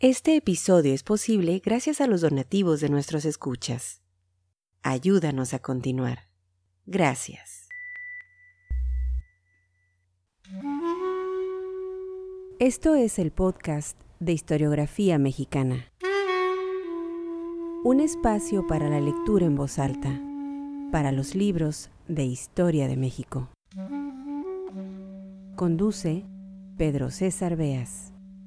Este episodio es posible gracias a los donativos de nuestros escuchas. Ayúdanos a continuar. Gracias. Esto es el podcast de Historiografía Mexicana. Un espacio para la lectura en voz alta, para los libros de Historia de México. Conduce Pedro César Beas.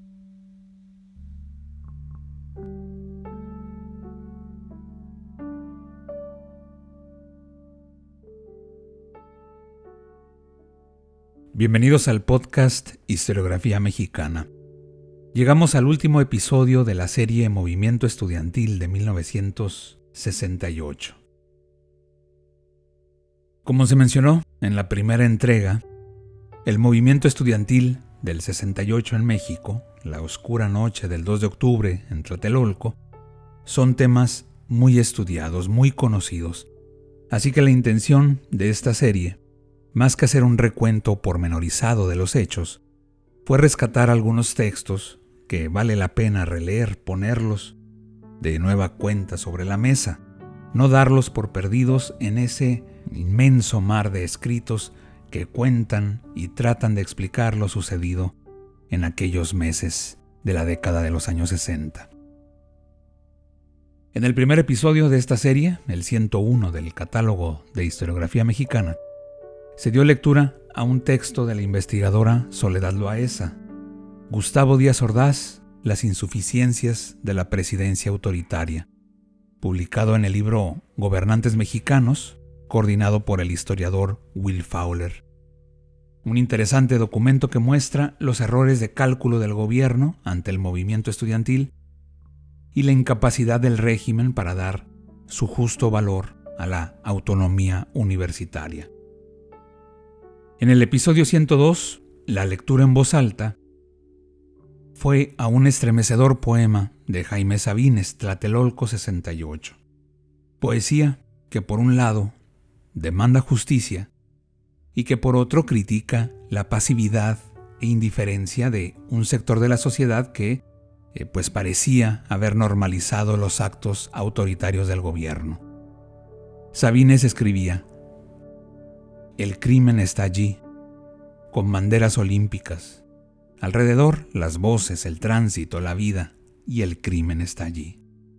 Bienvenidos al podcast Historiografía Mexicana. Llegamos al último episodio de la serie Movimiento Estudiantil de 1968. Como se mencionó en la primera entrega, el movimiento estudiantil del 68 en México, la oscura noche del 2 de octubre en Tlatelolco, son temas muy estudiados, muy conocidos. Así que la intención de esta serie, más que hacer un recuento pormenorizado de los hechos, fue rescatar algunos textos que vale la pena releer, ponerlos de nueva cuenta sobre la mesa, no darlos por perdidos en ese inmenso mar de escritos que cuentan y tratan de explicar lo sucedido en aquellos meses de la década de los años 60. En el primer episodio de esta serie, el 101 del catálogo de Historiografía Mexicana, se dio lectura a un texto de la investigadora Soledad Loaesa, Gustavo Díaz Ordaz, Las insuficiencias de la presidencia autoritaria, publicado en el libro Gobernantes Mexicanos, coordinado por el historiador Will Fowler. Un interesante documento que muestra los errores de cálculo del gobierno ante el movimiento estudiantil y la incapacidad del régimen para dar su justo valor a la autonomía universitaria. En el episodio 102, la lectura en voz alta fue a un estremecedor poema de Jaime Sabines, Tlatelolco 68. Poesía que por un lado demanda justicia y que por otro critica la pasividad e indiferencia de un sector de la sociedad que parecía haber normalizado los actos autoritarios del gobierno. Sabines escribía: el crimen está allí, con banderas olímpicas. Alrededor, las voces, el tránsito, la vida, y el crimen está allí.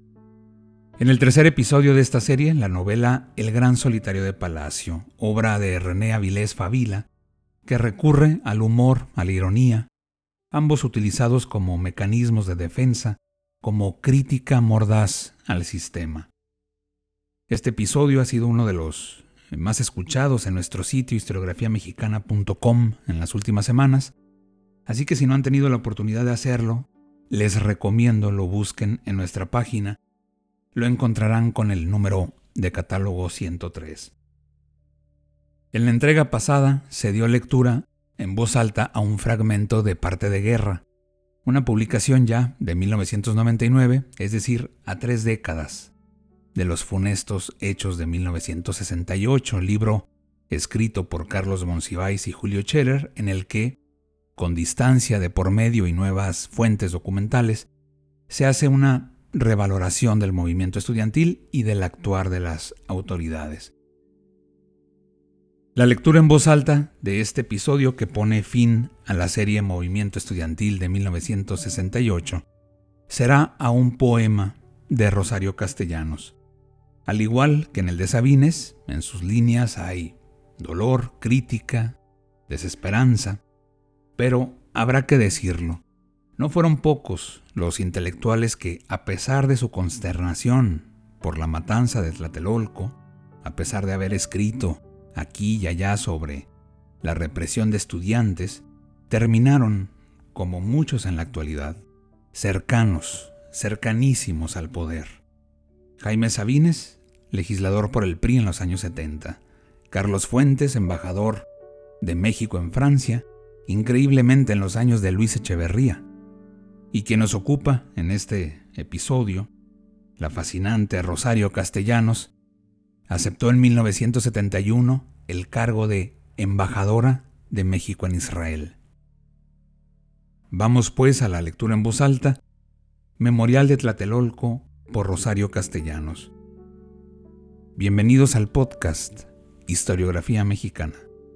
En el tercer episodio de esta serie, la novela El gran solitario de Palacio, obra de René Avilés Favila, que recurre al humor, a la ironía, ambos utilizados como mecanismos de defensa, como crítica mordaz al sistema. Este episodio ha sido uno de los más escuchados en nuestro sitio historiografiamexicana.com en las últimas semanas, así que si no han tenido la oportunidad de hacerlo, les recomiendo lo busquen en nuestra página. Lo encontrarán con el número de catálogo 103. En la entrega pasada se dio lectura en voz alta a un fragmento de Parte de Guerra, una publicación ya de 1999, es decir, a 3 décadas de los funestos hechos de 1968, libro escrito por Carlos Monsiváis y Julio Scherer, en el que, con distancia de por medio y nuevas fuentes documentales, se hace una revaloración del movimiento estudiantil y del actuar de las autoridades. La lectura en voz alta de este episodio, que pone fin a la serie Movimiento Estudiantil de 1968, será a un poema de Rosario Castellanos. Al igual que en el de Sabines, en sus líneas hay dolor, crítica, desesperanza, pero habrá que decirlo, no fueron pocos los intelectuales que, a pesar de su consternación por la matanza de Tlatelolco, a pesar de haber escrito aquí y allá sobre la represión de estudiantes, terminaron, como muchos en la actualidad, cercanísimos al poder. Jaime Sabines, legislador por el PRI en los años 70. Carlos Fuentes, embajador de México en Francia, increíblemente en los años de Luis Echeverría. Y quien nos ocupa en este episodio, la fascinante Rosario Castellanos, aceptó en 1971 el cargo de embajadora de México en Israel. Vamos pues a la lectura en voz alta Memorial de Tlatelolco por Rosario Castellanos. Bienvenidos al podcast Historiografía Mexicana.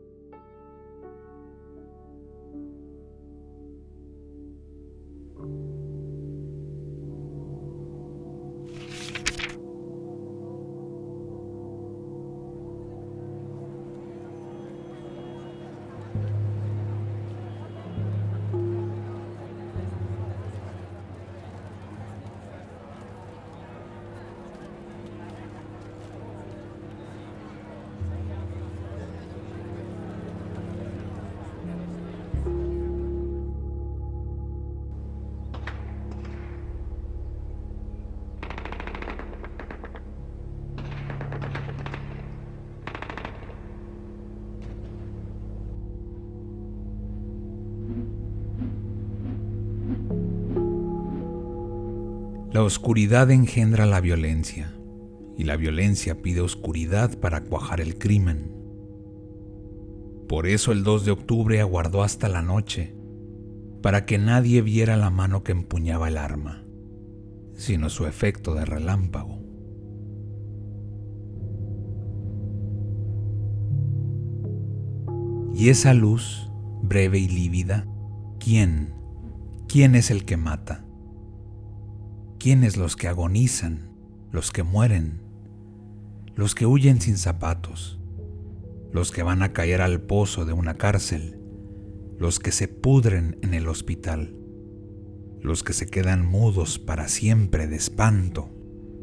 La oscuridad engendra la violencia, y la violencia pide oscuridad para cuajar el crimen. Por eso el 2 de octubre aguardó hasta la noche, para que nadie viera la mano que empuñaba el arma, sino su efecto de relámpago. Y esa luz, breve y lívida, ¿quién es el que mata? ¿Quiénes los que agonizan, los que mueren, los que huyen sin zapatos, los que van a caer al pozo de una cárcel, los que se pudren en el hospital, los que se quedan mudos para siempre de espanto?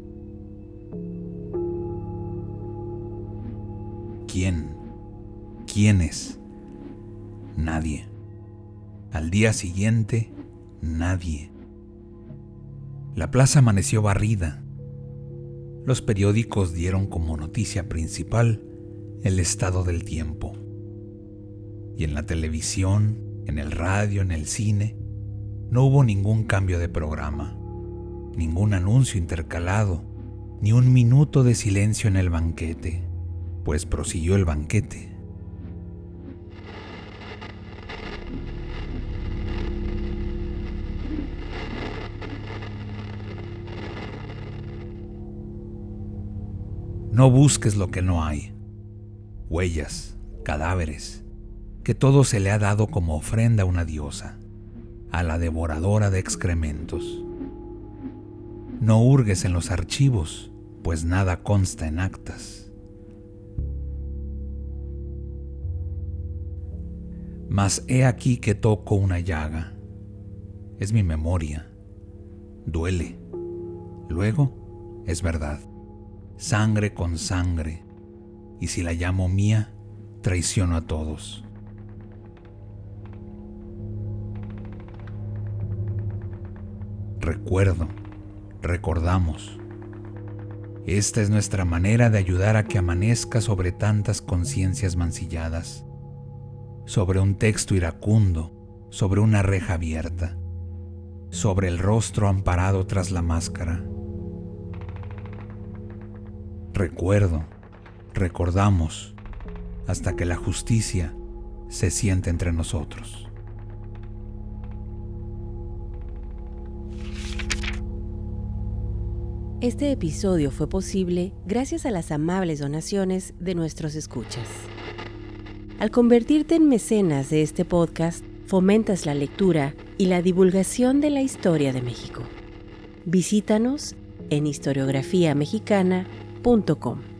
¿Quiénes? Nadie. Al día siguiente, nadie. La plaza amaneció barrida. Los periódicos dieron como noticia principal el estado del tiempo. Y en la televisión, en el radio, en el cine, no hubo ningún cambio de programa, ningún anuncio intercalado, ni un minuto de silencio en el banquete, pues prosiguió el banquete. No busques lo que no hay. Huellas, cadáveres, que todo se le ha dado como ofrenda a una diosa, a la devoradora de excrementos. No hurgues en los archivos, pues nada consta en actas. Mas he aquí que toco una llaga. Es mi memoria. Duele. Luego es verdad. Sangre con sangre, y si la llamo mía, traiciono a todos. Recordamos. Esta es nuestra manera de ayudar a que amanezca sobre tantas conciencias mancilladas, sobre un texto iracundo, sobre una reja abierta, sobre el rostro amparado tras la máscara. Recordamos, hasta que la justicia se siente entre nosotros. Este episodio fue posible gracias a las amables donaciones de nuestros escuchas. Al convertirte en mecenas de este podcast, fomentas la lectura y la divulgación de la historia de México. Visítanos en historiografiamexicana.com.